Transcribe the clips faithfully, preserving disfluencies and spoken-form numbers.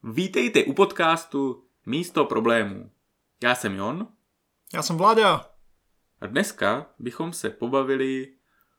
Vítejte u podcastu Místo problémů. Já jsem Jon. Já jsem Vláďa. A dneska bychom se pobavili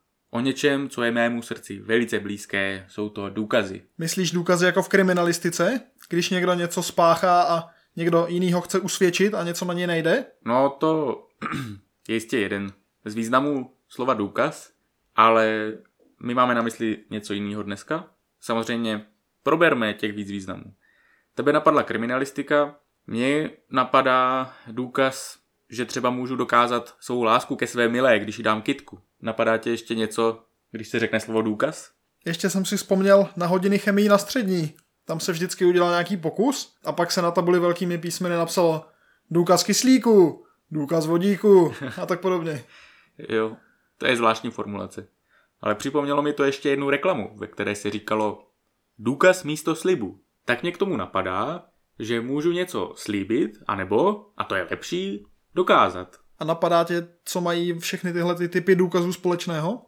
o něčem, co je mému srdci velice blízké. Jsou to důkazy. Myslíš důkazy jako v kriminalistice? Když někdo něco spáchá a někdo jiný ho chce usvědčit a něco na něj nejde? No to je jistě jeden z významů slova důkaz, ale my máme na mysli něco jiného dneska. Samozřejmě proberme těch víc významů. Tebe napadla kriminalistika, mně napadá důkaz, že třeba můžu dokázat svou lásku ke své milé, když jí dám kytku. Napadá tě ještě něco, když se řekne slovo důkaz? Ještě jsem si vzpomněl na hodiny chemii na střední. Tam se vždycky udělal nějaký pokus a pak se na tabuli velkými písmeny napsalo důkaz kyslíku, důkaz vodíku a tak podobně. Jo, to je zvláštní formulace. Ale připomnělo mi to ještě jednu reklamu, ve které se říkalo důkaz místo slibu. Tak mě k tomu napadá, že můžu něco slíbit, anebo, a to je lepší, dokázat. A napadá tě, co mají všechny tyhle ty typy důkazů společného?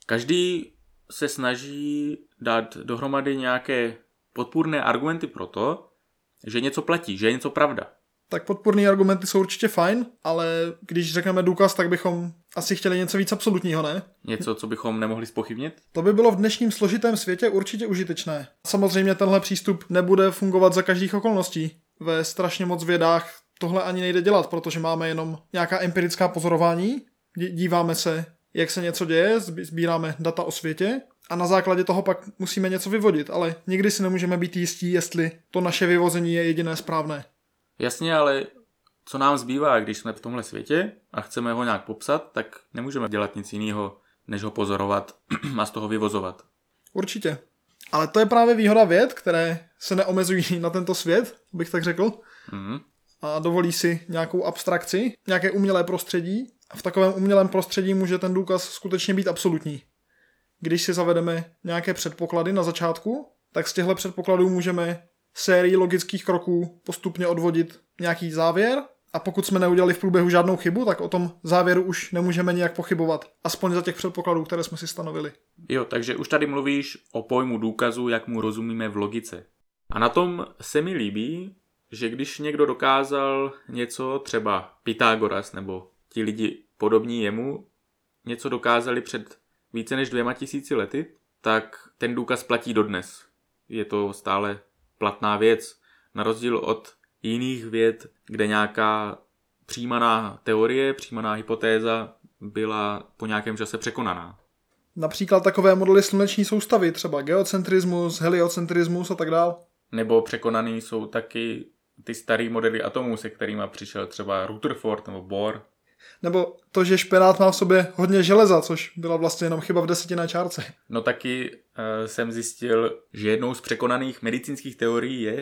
Každý se snaží dát dohromady nějaké podpůrné argumenty pro to, že něco platí, že je něco pravda. Tak podpůrné argumenty jsou určitě fajn, ale když řekneme důkaz, tak bychom asi chtěli něco víc absolutního, ne? Něco, co bychom nemohli zpochybnit? To by bylo v dnešním složitém světě určitě užitečné. Samozřejmě tenhle přístup nebude fungovat za každých okolností. Ve strašně moc vědách tohle ani nejde dělat, protože máme jenom nějaká empirická pozorování, díváme se, jak se něco děje, sbíráme data o světě a na základě toho pak musíme něco vyvodit, ale nikdy si nemůžeme být jistí, jestli to naše vyvození je jediné správné. Jasně, ale co nám zbývá, když jsme v tomhle světě a chceme ho nějak popsat, tak nemůžeme dělat nic jiného, než ho pozorovat a z toho vyvozovat. Určitě. Ale to je právě výhoda věd, které se neomezují na tento svět, bych tak řekl. Mm. A dovolí si nějakou abstrakci, nějaké umělé prostředí. A v takovém umělém prostředí může ten důkaz skutečně být absolutní. Když si zavedeme nějaké předpoklady na začátku, tak z těchto předpokladů můžeme sérii logických kroků postupně odvodit nějaký závěr a pokud jsme neudělali v průběhu žádnou chybu, tak o tom závěru už nemůžeme nijak pochybovat. Aspoň za těch předpokladů, které jsme si stanovili. Jo, takže už tady mluvíš o pojmu důkazu, jak mu rozumíme v logice. A na tom se mi líbí, že když někdo dokázal něco, třeba Pythagoras nebo ti lidi podobní jemu, něco dokázali před více než dvěma tisíci lety, tak ten důkaz platí dodnes. Je to stále platná věc, na rozdíl od jiných věd, kde nějaká přijímaná teorie, přijímaná hypotéza byla po nějakém čase překonaná. Například takové modely sluneční soustavy, třeba geocentrismus, heliocentrismus a tak dál. Nebo překonaný jsou taky ty staré modely atomů, se kterými přišel třeba Rutherford nebo Bohr. Nebo to, že špenát má v sobě hodně železa, což byla vlastně jenom chyba v desetinné čárce. No taky uh, jsem zjistil, že jednou z překonaných medicínských teorií je,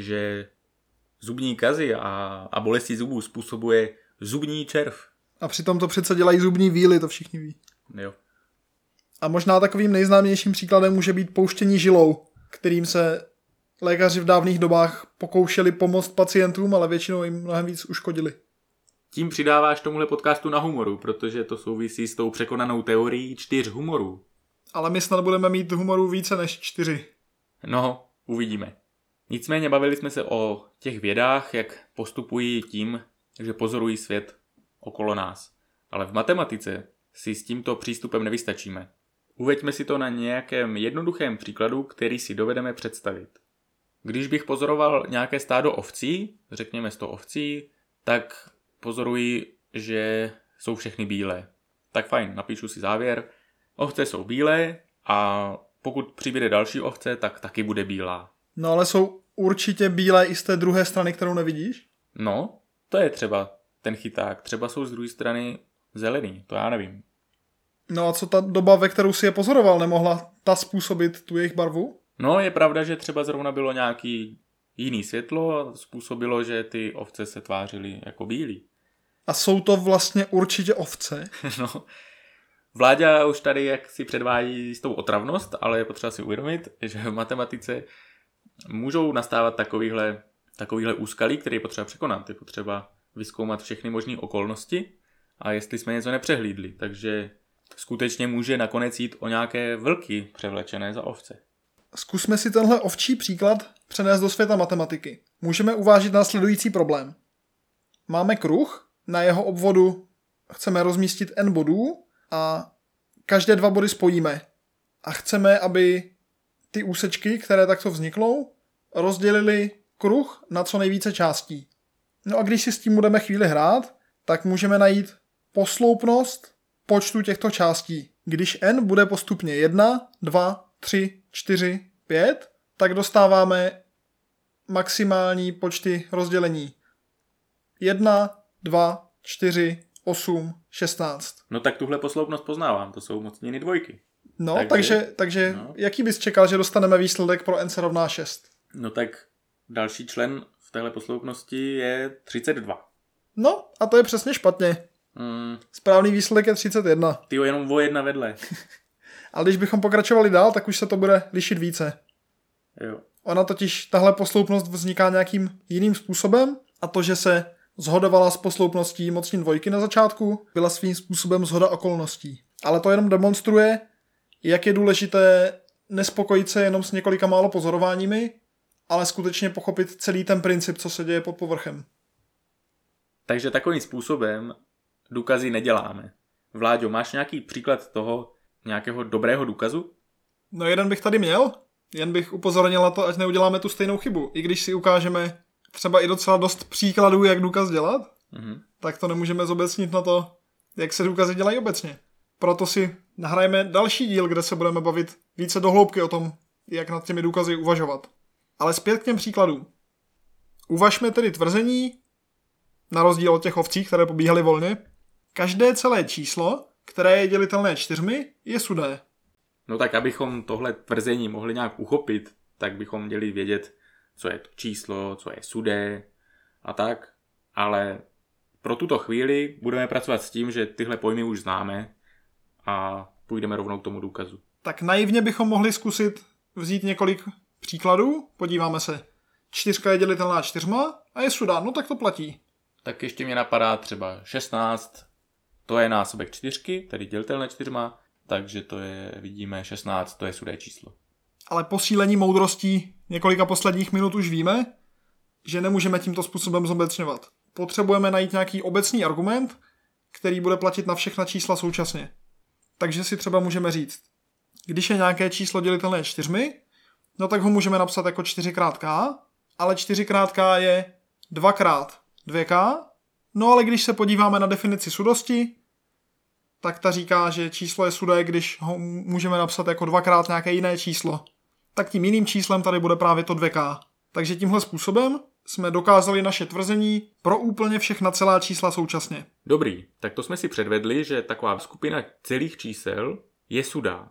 že zubní kazy a, a bolesti zubů způsobuje zubní červ. A přitom to přece dělají zubní víly, to všichni ví. Jo. A možná takovým nejznámějším příkladem může být pouštění žilou, kterým se lékaři v dávných dobách pokoušeli pomoct pacientům, ale většinou jim mnohem víc uškodili. Tím přidáváš tomuhle podcastu na humoru, protože to souvisí s tou překonanou teorií čtyř humorů. Ale my snad budeme mít humorů více než čtyři. No, uvidíme. Nicméně bavili jsme se o těch vědách, jak postupují tím, že pozorují svět okolo nás. Ale v matematice si s tímto přístupem nevystačíme. Uveďme si to na nějakém jednoduchém příkladu, který si dovedeme představit. Když bych pozoroval nějaké stádo ovcí, řekněme sto ovcí, tak pozoruji, že jsou všechny bílé. Tak fajn, napíšu si závěr. Ovce jsou bílé a pokud přibude další ovce, tak taky bude bílá. No ale jsou určitě bílé i z té druhé strany, kterou nevidíš? No, to je třeba ten chyták. Třeba jsou z druhé strany zelený, to já nevím. No a co ta doba, ve kterou si je pozoroval, nemohla ta způsobit tu jejich barvu? No, je pravda, že třeba zrovna bylo nějaký jiný světlo a způsobilo, že ty ovce se tvářily jako bílí. A jsou to vlastně určitě ovce? No, Vláďa už tady jak si předvádí s tou otravnost, ale je potřeba si uvědomit, že v matematice můžou nastávat takovýhle, takovýhle úskalí, které je potřeba překonat. Je potřeba vyzkoumat všechny možné okolnosti a jestli jsme něco nepřehlídli. Takže skutečně může nakonec jít o nějaké vlky převlečené za ovce. Zkusme si tenhle ovčí příklad přenést do světa matematiky. Můžeme uvážit následující problém. Máme kruh, na jeho obvodu chceme rozmístit n bodů a každé dva body spojíme. A chceme, aby ty úsečky, které takto vzniknou, rozdělili kruh na co nejvíce částí. No a když si s tím budeme chvíli hrát, tak můžeme najít posloupnost počtu těchto částí. Když n bude postupně jedna, dva, tři, čtyři, pět, tak dostáváme maximální počty rozdělení. jedna, dva, čtyři, osm, šestnáct. No tak tuhle posloupnost poznávám, to jsou mocniny dvojky. No, takže, takže, takže no. Jaký bys čekal, že dostaneme výsledek pro n se rovná šest? No tak další člen v téhle posloupnosti je třicet dva. No, a to je přesně špatně. Mm. Správný výsledek je třicet jedna. Tyjo, jenom o jedna vedle. Ale když bychom pokračovali dál, tak už se to bude lišit více. Jo. Ona totiž, tahle posloupnost vzniká nějakým jiným způsobem a to, že se shodovala s posloupností mocnin dvojky na začátku, byla svým způsobem shoda okolností. Ale to jenom demonstruje, jak je důležité nespokojit se jenom s několika málo pozorováními, ale skutečně pochopit celý ten princip, co se děje pod povrchem. Takže takovým způsobem důkazy neděláme. Vláďo, máš nějaký příklad toho nějakého dobrého důkazu? No jeden bych tady měl, jen bych upozornil na to, ať neuděláme tu stejnou chybu. I když si ukážeme třeba i docela dost příkladů, jak důkaz dělat, mm-hmm. tak to nemůžeme zobecnit na to, jak se důkazy dělají obecně. Proto si nahrajeme další díl, kde se budeme bavit více dohloubky o tom, jak nad těmi důkazy uvažovat. Ale zpět k těm příkladům. Uvažme tedy tvrzení, na rozdíl od těch ovcí, které pobíhaly volně, každé celé číslo, které je dělitelné čtyřmi, je sudé. No tak abychom tohle tvrzení mohli nějak uchopit, tak bychom měli vědět, co je to číslo, co je sudé a tak. Ale pro tuto chvíli budeme pracovat s tím, že tyhle pojmy už známe a půjdeme rovnou k tomu důkazu. Tak naivně bychom mohli zkusit vzít několik příkladů. Podíváme se. Čtyřka je dělitelná čtyřma a je sudá, no tak to platí. Tak ještě mě napadá třeba šestnáct, to je násobek čtyřky, tedy dělitelné čtyřma, takže to je, vidíme, šestnáct, to je sudé číslo. Ale posílení moudrostí několika posledních minut už víme, že nemůžeme tímto způsobem zobecňovat. Potřebujeme najít nějaký obecný argument, který bude platit na všechna čísla současně. Takže si třeba můžeme říct, když je nějaké číslo dělitelné čtyřmi, no tak ho můžeme napsat jako čtyři krát k, ale čtyři krát k je dva krát dvě k, no ale když se podíváme na definici sudosti, tak ta říká, že číslo je sudé, když ho můžeme napsat jako dvakrát nějaké jiné číslo. Tak tím jiným číslem tady bude právě to dvě k. Takže tímhle způsobem jsme dokázali naše tvrzení pro úplně všechna celá čísla současně. Dobrý, tak to jsme si předvedli, že taková skupina celých čísel je sudá.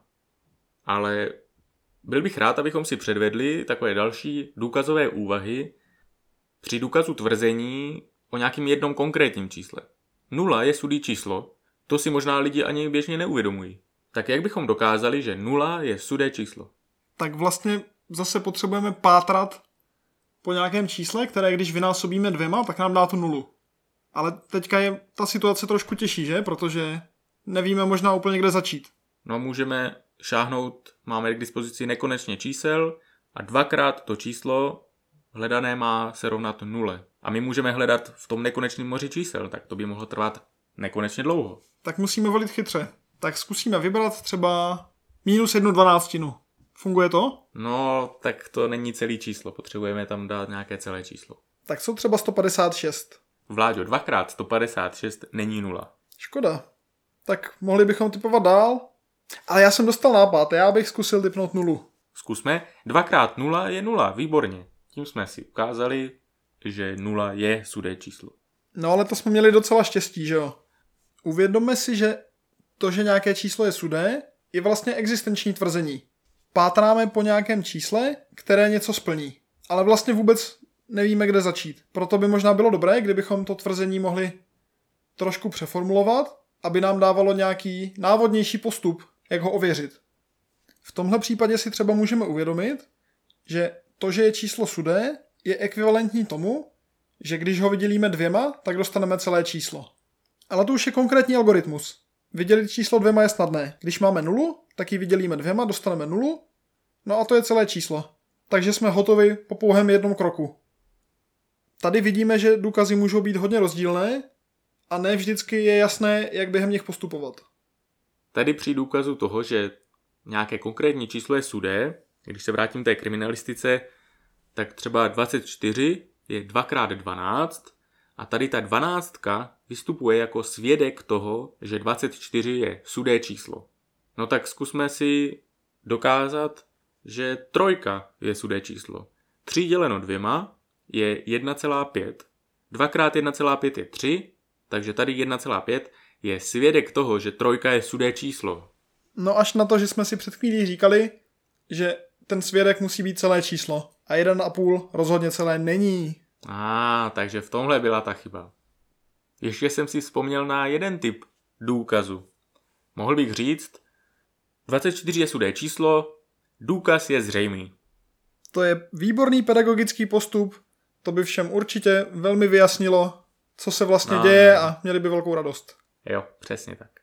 Ale byl bych rád, abychom si předvedli takové další důkazové úvahy při důkazu tvrzení o nějakým jednom konkrétním čísle. Nula je sudý číslo, to si možná lidi ani běžně neuvědomují. Tak jak bychom dokázali, že nula je sudé číslo? Tak vlastně zase potřebujeme pátrat po nějakém čísle, které když vynásobíme dvěma, tak nám dá tu nulu. Ale teďka je ta situace trošku těžší, že? Protože nevíme možná úplně, kde začít. No můžeme šáhnout, máme k dispozici nekonečně čísel a dvakrát to číslo hledané má se rovnat nule. A my můžeme hledat v tom nekonečném moři čísel, tak to by mohlo trvat nekonečně dlouho. Tak musíme volit chytře. Tak zkusíme vybrat třeba minus jednu dvanáctinu. Funguje to? No, tak to není celý číslo, potřebujeme tam dát nějaké celé číslo. Tak jsou třeba sto padesát šest. Vláďo, dvakrát sto padesát šest není nula. Škoda. Tak mohli bychom typovat dál. Ale já jsem dostal nápad, já bych zkusil typnout nulu. Zkusme, dvakrát nula je nula, výborně. Tím jsme si ukázali, že nula je sudé číslo. No ale to jsme měli docela štěstí, že jo? Uvědomme si, že to, že nějaké číslo je sudé, je vlastně existenční tvrzení. Pátráme po nějakém čísle, které něco splní. Ale vlastně vůbec nevíme, kde začít. Proto by možná bylo dobré, kdybychom to tvrzení mohli trošku přeformulovat, aby nám dávalo nějaký návodnější postup, jak ho ověřit. V tomhle případě si třeba můžeme uvědomit, že to, že je číslo sudé, je ekvivalentní tomu, že když ho vydělíme dvěma, tak dostaneme celé číslo. Ale to už je konkrétní algoritmus. Vydělit číslo dvěma je snadné. Když máme nulu, tak ji vydělíme dvěma, dostaneme nulu, no a to je celé číslo. takže jsme hotovi po pouhém jednom kroku. Tady vidíme, že důkazy můžou být hodně rozdílné a ne vždycky je jasné, jak během nich postupovat. Tady při důkazu toho, že nějaké konkrétní číslo je sudé, když se vrátím té kriminalistice, tak třeba dvacet čtyři je dva krát dvanáct a tady ta dvanáctka vystupuje jako svědek toho, že dvacet čtyři je sudé číslo. No tak zkusme si dokázat, že trojka je sudé číslo. tři děleno dvěma je jedna celá pět. dva krát jedna celá pět je tři, takže tady jedna celá pět je svědek toho, že trojka je sudé číslo. No až na to, že jsme si před chvílí říkali, že ten svědek musí být celé číslo a jeden a půl rozhodně celé není. A, ah, takže v tomhle byla ta chyba. Ještě jsem si vzpomněl na jeden typ důkazu. Mohl bych říct, dvacet čtyři je sudé číslo, důkaz je zřejmý. To je výborný pedagogický postup, to by všem určitě velmi vyjasnilo, co se vlastně no, děje a měli by velkou radost. Jo, přesně tak.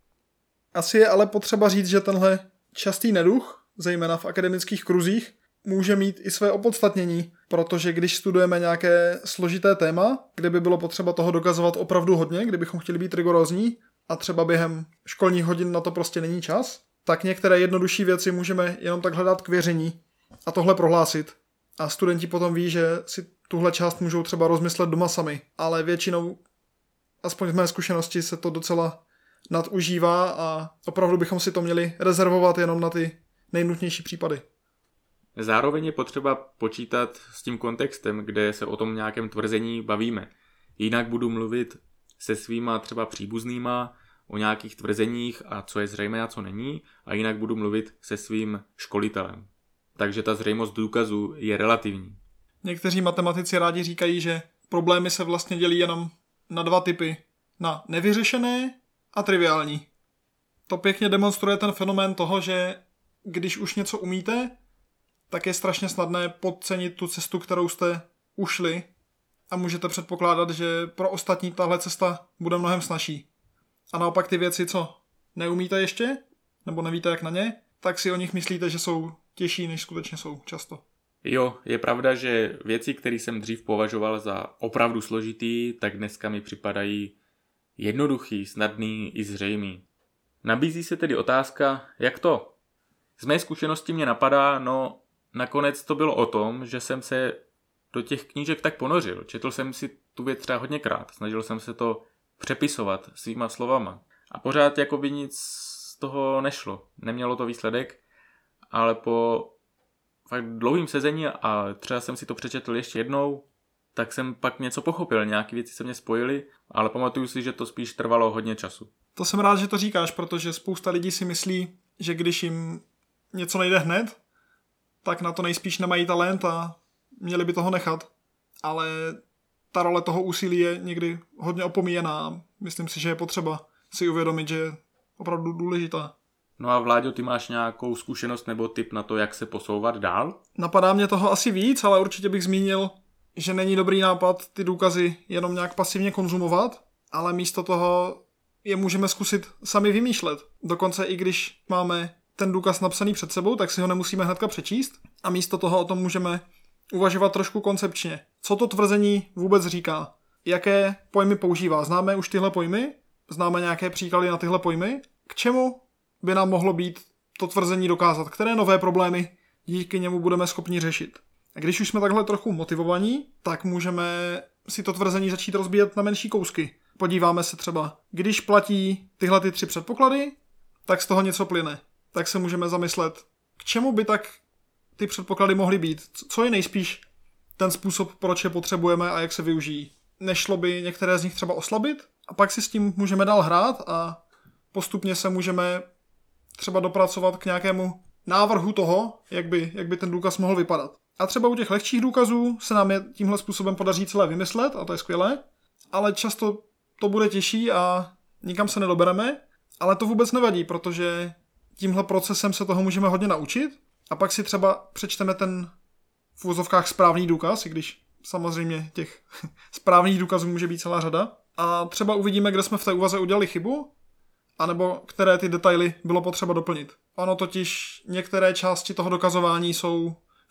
Asi je ale potřeba říct, že tenhle častý neduch, zejména v akademických kruzích, může mít i své opodstatnění, protože když studujeme nějaké složité téma, kde by bylo potřeba toho dokazovat opravdu hodně, kdybychom chtěli být rigorózní a třeba během školních hodin na to prostě není čas, tak některé jednodušší věci můžeme jenom tak hledat k věření a tohle prohlásit. A studenti potom ví, že si tuhle část můžou třeba rozmyslet doma sami, ale většinou, aspoň z mé zkušenosti, se to docela nadužívá a opravdu bychom si to měli rezervovat jenom na ty nejnutnější případy. Zároveň je potřeba počítat s tím kontextem, kde se o tom nějakém tvrzení bavíme. Jinak budu mluvit se svýma třeba příbuznýma o nějakých tvrzeních a co je zřejmé a co není, a jinak budu mluvit se svým školitelem. Takže ta zřejmost důkazu je relativní. Někteří matematici rádi říkají, že problémy se vlastně dělí jenom na dva typy. Na nevyřešené a triviální. To pěkně demonstruje ten fenomén toho, že když už něco umíte, tak je strašně snadné podcenit tu cestu, kterou jste ušli a můžete předpokládat, že pro ostatní tahle cesta bude mnohem snazší. A naopak ty věci, co neumíte ještě, nebo nevíte jak na ně, tak si o nich myslíte, že jsou těžší, než skutečně jsou často. Jo, je pravda, že věci, které jsem dřív považoval za opravdu složitý, tak dneska mi připadají jednoduchý, snadný i zřejmý. Nabízí se tedy otázka, jak to? Z mé zkušenosti mě napadá, no nakonec to bylo o tom, že jsem se do těch knížek tak ponořil. Četl jsem si tu věc třeba hodněkrát, snažil jsem se to přepisovat svýma slovama. A pořád jako by nic z toho nešlo. Nemělo to výsledek, ale po fakt dlouhým sezení a třeba jsem si to přečetl ještě jednou, tak jsem pak něco pochopil, nějaké věci se mě spojily, ale pamatuju si, že to spíš trvalo hodně času. To jsem rád, že to říkáš, protože spousta lidí si myslí, že když jim něco nejde hned, tak na to nejspíš nemají talent a měli by toho nechat. Ale ta role toho úsilí je někdy hodně opomíjená a myslím si, že je potřeba si uvědomit, že je opravdu důležitá. No a Vláďo, ty máš nějakou zkušenost nebo tip na to, jak se posouvat dál? Napadá mě toho asi víc, ale určitě bych zmínil, že není dobrý nápad ty důkazy jenom nějak pasivně konzumovat, ale místo toho je můžeme zkusit sami vymýšlet. Dokonce i když máme ten důkaz napsaný před sebou, tak si ho nemusíme hnedka přečíst a místo toho o tom můžeme uvažovat trošku koncepčně. Co to tvrzení vůbec říká? Jaké pojmy používá? Známe už tyhle pojmy? Známe nějaké příklady na tyhle pojmy? K čemu by nám mohlo být to tvrzení dokázat? Které nové problémy díky němu budeme schopni řešit? A když už jsme takhle trochu motivovaní, tak můžeme si to tvrzení začít rozbíjet na menší kousky. Podíváme se třeba, když platí tyhle ty tři předpoklady, tak z toho něco plyne. Tak se můžeme zamyslet, k čemu by tak ty předpoklady mohly být. Co je nejspíš ten způsob, proč je potřebujeme a jak se využijí. Nešlo by některé z nich třeba oslabit? A pak si s tím můžeme dál hrát a postupně se můžeme třeba dopracovat k nějakému návrhu toho, jak by, jak by ten důkaz mohl vypadat. A třeba u těch lehčích důkazů se nám je tímhle způsobem podaří celé vymyslet a to je skvělé, ale často to bude těžší a nikam se nedobereme, ale to vůbec nevadí, protože tímhle procesem se toho můžeme hodně naučit a pak si třeba přečteme ten v úzovkách správný důkaz, i když samozřejmě těch správných důkazů může být celá řada a třeba uvidíme, kde jsme v té úvaze udělali chybu, anebo které ty detaily bylo potřeba doplnit. Ono totiž některé části toho dokazování jsou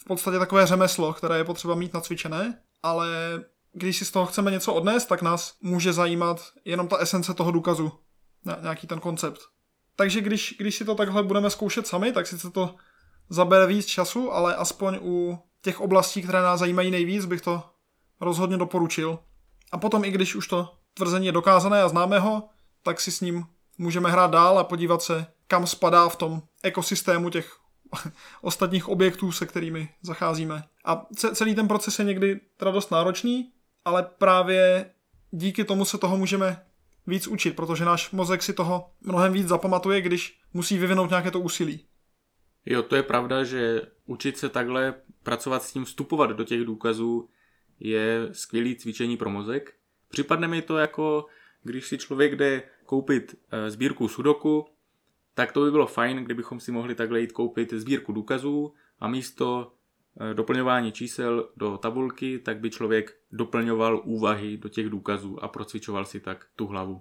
v podstatě takové řemeslo, které je potřeba mít nacvičené, ale když si z toho chceme něco odnést, tak nás může zajímat jenom ta esence toho důkazu, nějaký ten koncept. Takže když, když si to takhle budeme zkoušet sami, tak sice to zabere víc času, ale aspoň u těch oblastí, které nás zajímají nejvíc, bych to rozhodně doporučil. A potom, i když už to tvrzení je dokázané a známe ho, tak si s ním můžeme hrát dál a podívat se, kam spadá v tom ekosystému těch ostatních objektů, se kterými zacházíme. A celý ten proces je někdy teda dost náročný, ale právě díky tomu se toho můžeme víc učit, protože náš mozek si toho mnohem víc zapamatuje, když musí vyvinout nějaké to úsilí. Jo, to je pravda, že učit se takhle pracovat s tím, vstupovat do těch důkazů je skvělý cvičení pro mozek. Připadne mi to jako, když si člověk jde koupit sbírku sudoku, tak to by bylo fajn, kdybychom si mohli takhle jít koupit sbírku důkazů a místo doplňování čísel do tabulky, tak by člověk doplňoval úvahy do těch důkazů a procvičoval si tak tu hlavu.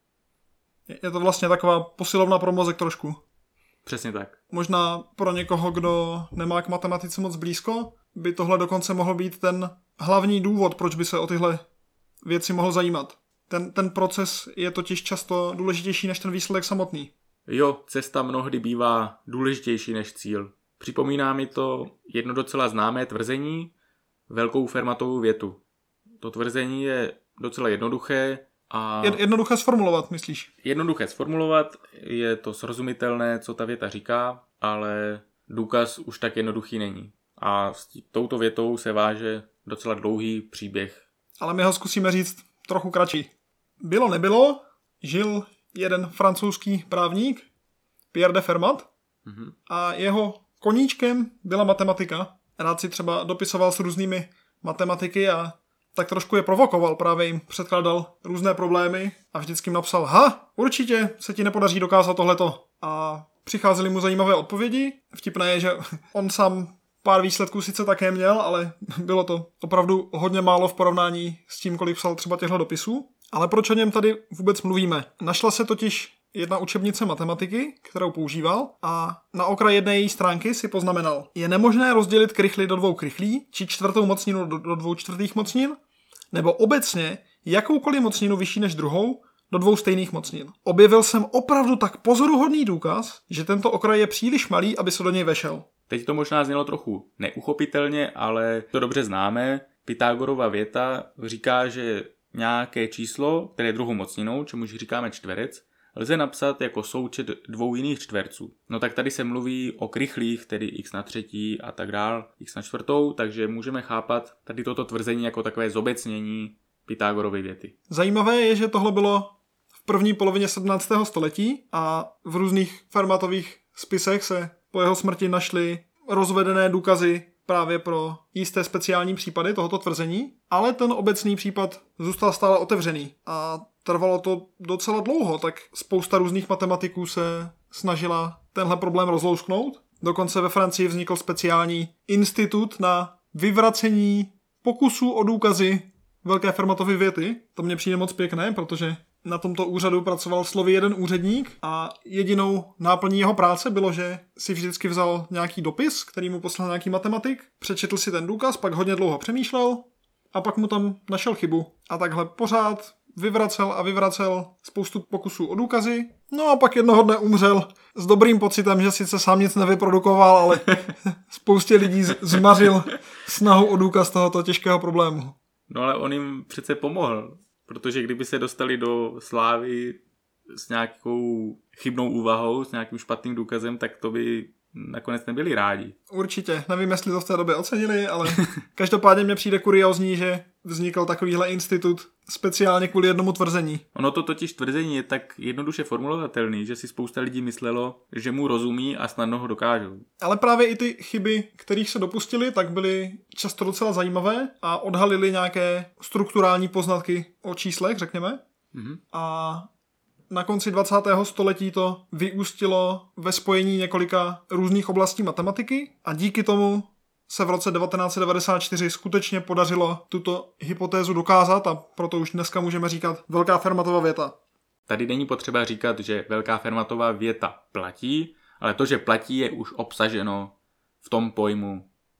Je to vlastně taková posilovna pro mozek trošku. Přesně tak. Možná pro někoho, kdo nemá k matematice moc blízko, by tohle dokonce mohl být ten hlavní důvod, proč by se o tyhle věci mohl zajímat. Ten, ten proces je totiž často důležitější než ten výsledek samotný. Jo, cesta mnohdy bývá důležitější než cíl. Připomíná mi to jedno docela známé tvrzení, velkou Fermatovou větu. To tvrzení je docela jednoduché a... Jednoduché sformulovat, myslíš? Jednoduché sformulovat, je to srozumitelné, co ta věta říká, ale důkaz už tak jednoduchý není. A s touto větou se váže docela dlouhý příběh. Ale my ho zkusíme říct trochu kratší. Bylo nebylo, žil jeden francouzský právník, Pierre de Fermat, mm-hmm. a jeho koníčkem byla matematika. Rád si třeba dopisoval s různými matematiky a tak trošku je provokoval, právě jim předkládal různé problémy a vždycky jim napsal, ha, určitě se ti nepodaří dokázat tohleto. A přicházely mu zajímavé odpovědi. Vtipné je, že on sám pár výsledků sice také měl, ale bylo to opravdu hodně málo v porovnání s tím, kolik psal třeba těchto dopisů. Ale proč o něm tady vůbec mluvíme? Našla se totiž jedna učebnice matematiky, kterou používal, a na okraji jedné její stránky si poznamenal: je nemožné rozdělit krychly do dvou krychlí, či čtvrtou mocninu do, do dvou čtvrtých mocnin, nebo obecně jakoukoliv mocninu vyšší než druhou do dvou stejných mocnin. Objevil jsem opravdu tak pozoruhodný důkaz, že tento okraj je příliš malý, aby se do něj vešel. Teď to možná znělo trochu neuchopitelně, ale to dobře známe. Pythagorova věta říká, že nějaké číslo, které je druhou mocninou, čemuž říkáme čtverec, lze napsat jako součet dvou jiných čtverců. No tak tady se mluví o krychlích, tedy x na třetí a tak dál, x na čtvrtou, takže můžeme chápat tady toto tvrzení jako takové zobecnění Pythagorovy věty. Zajímavé je, že tohle bylo v první polovině sedmnáctého století a v různých Fermatových spisech se po jeho smrti našly rozvedené důkazy právě pro jisté speciální případy tohoto tvrzení, ale ten obecný případ zůstal stále otevřený a trvalo to docela dlouho, tak spousta různých matematiků se snažila tenhle problém rozlousknout. Dokonce ve Francii vznikl speciální institut na vyvracení pokusů o důkazy velké Fermatovy věty. To mně přijde moc pěkné, protože na tomto úřadu pracoval slovy jeden úředník a jedinou náplní jeho práce bylo, že si vždycky vzal nějaký dopis, který mu poslal nějaký matematik, přečetl si ten důkaz, pak hodně dlouho přemýšlel a pak mu tam našel chybu. A takhle pořád vyvracel a vyvracel spoustu pokusů o důkazy. No a pak jednoho dne umřel s dobrým pocitem, že sice sám nic nevyprodukoval, ale spoustě lidí zmařil snahu o důkaz tohoto těžkého problému. No ale on jim přece pomohl. Protože kdyby se dostali do slávy s nějakou chybnou úvahou, s nějakým špatným důkazem, tak to by nakonec nebyli rádi. Určitě. Nevím, jestli to v té době ocenili, ale každopádně mně přijde kuriózní, že vznikl takovýhle institut speciálně kvůli jednomu tvrzení. Ono to totiž tvrzení je tak jednoduše formulovatelný, že si spousta lidí myslelo, že mu rozumí a snadno ho dokážou. Ale právě i ty chyby, kterých se dopustili, tak byly často docela zajímavé a odhalily nějaké strukturální poznatky o číslech, řekněme. Mm-hmm. A na konci dvacátého století to vyústilo ve spojení několika různých oblastí matematiky a díky tomu se v roce devatenáct set devadesát čtyři skutečně podařilo tuto hypotézu dokázat a proto už dneska můžeme říkat velká Fermatova věta. Tady není potřeba říkat, že velká Fermatova věta platí, ale to, že platí, je už obsaženo v tom pojmu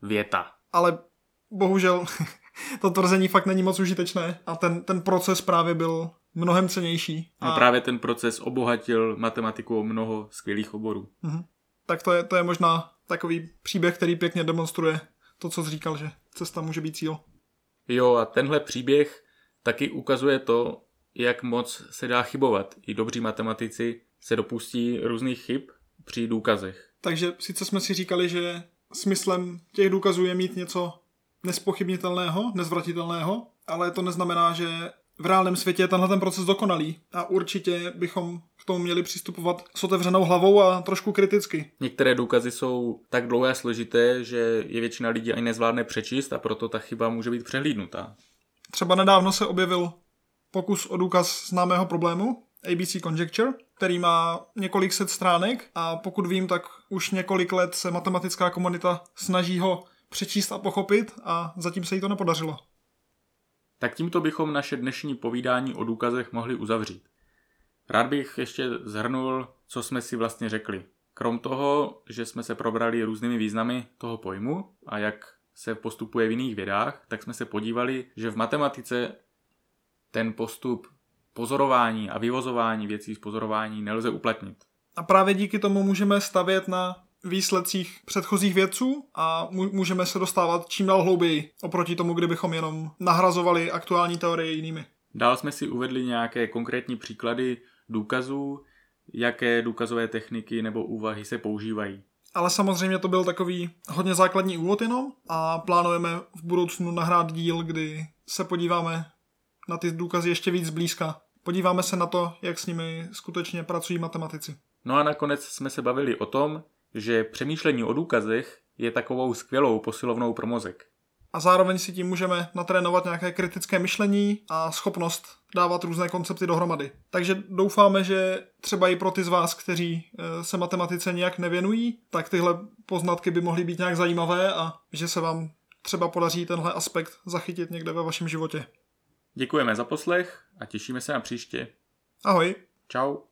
věta. Ale bohužel to tvrzení fakt není moc užitečné a ten, ten proces právě byl mnohem cennější. A... No právě ten proces obohatil matematiku o mnoho skvělých oborů. Mhm. Tak to je, to je možná takový příběh, který pěkně demonstruje to, co jsi říkal, že cesta může být cíl. Jo, a tenhle příběh taky ukazuje to, jak moc se dá chybovat. I dobří matematici se dopustí různých chyb při důkazech. Takže sice jsme si říkali, že smyslem těch důkazů je mít něco nezpochybnitelného, nezvratitelného, ale to neznamená, že v reálném světě je tenhle ten proces dokonalý a určitě bychom k tomu měli přistupovat s otevřenou hlavou a trošku kriticky. Některé důkazy jsou tak dlouhé a složité, že je většina lidí ani nezvládne přečíst a proto ta chyba může být přehlídnutá. Třeba nedávno se objevil pokus o důkaz známého problému, A B C Conjecture, který má několik set stránek a pokud vím, tak už několik let se matematická komunita snaží ho přečíst a pochopit a zatím se jí to nepodařilo. Tak tímto bychom naše dnešní povídání o důkazech mohli uzavřít. Rád bych ještě shrnul, co jsme si vlastně řekli. Krom toho, že jsme se probrali různými významy toho pojmu a jak se postupuje v jiných vědách, tak jsme se podívali, že v matematice ten postup pozorování a vyvozování věcí z pozorování nelze uplatnit. A právě díky tomu můžeme stavět na výsledcích předchozích vědců a můžeme se dostávat čím dál hlouběji oproti tomu, kdybychom jenom nahrazovali aktuální teorie jinými. Dál jsme si uvedli nějaké konkrétní příklady důkazů, jaké důkazové techniky nebo úvahy se používají. Ale samozřejmě to byl takový hodně základní úvod jenom a plánujeme v budoucnu nahrát díl, kdy se podíváme na ty důkazy ještě víc zblízka. Podíváme se na to, jak s nimi skutečně pracují matematici. No a nakonec jsme se bavili o tom, že přemýšlení o důkazech je takovou skvělou posilovnou pro mozek. A zároveň si tím můžeme natrénovat nějaké kritické myšlení a schopnost dávat různé koncepty dohromady. Takže doufáme, že třeba i pro ty z vás, kteří se matematice nějak nevěnují, tak tyhle poznatky by mohly být nějak zajímavé a že se vám třeba podaří tenhle aspekt zachytit někde ve vašem životě. Děkujeme za poslech a těšíme se na příště. Ahoj. Čau.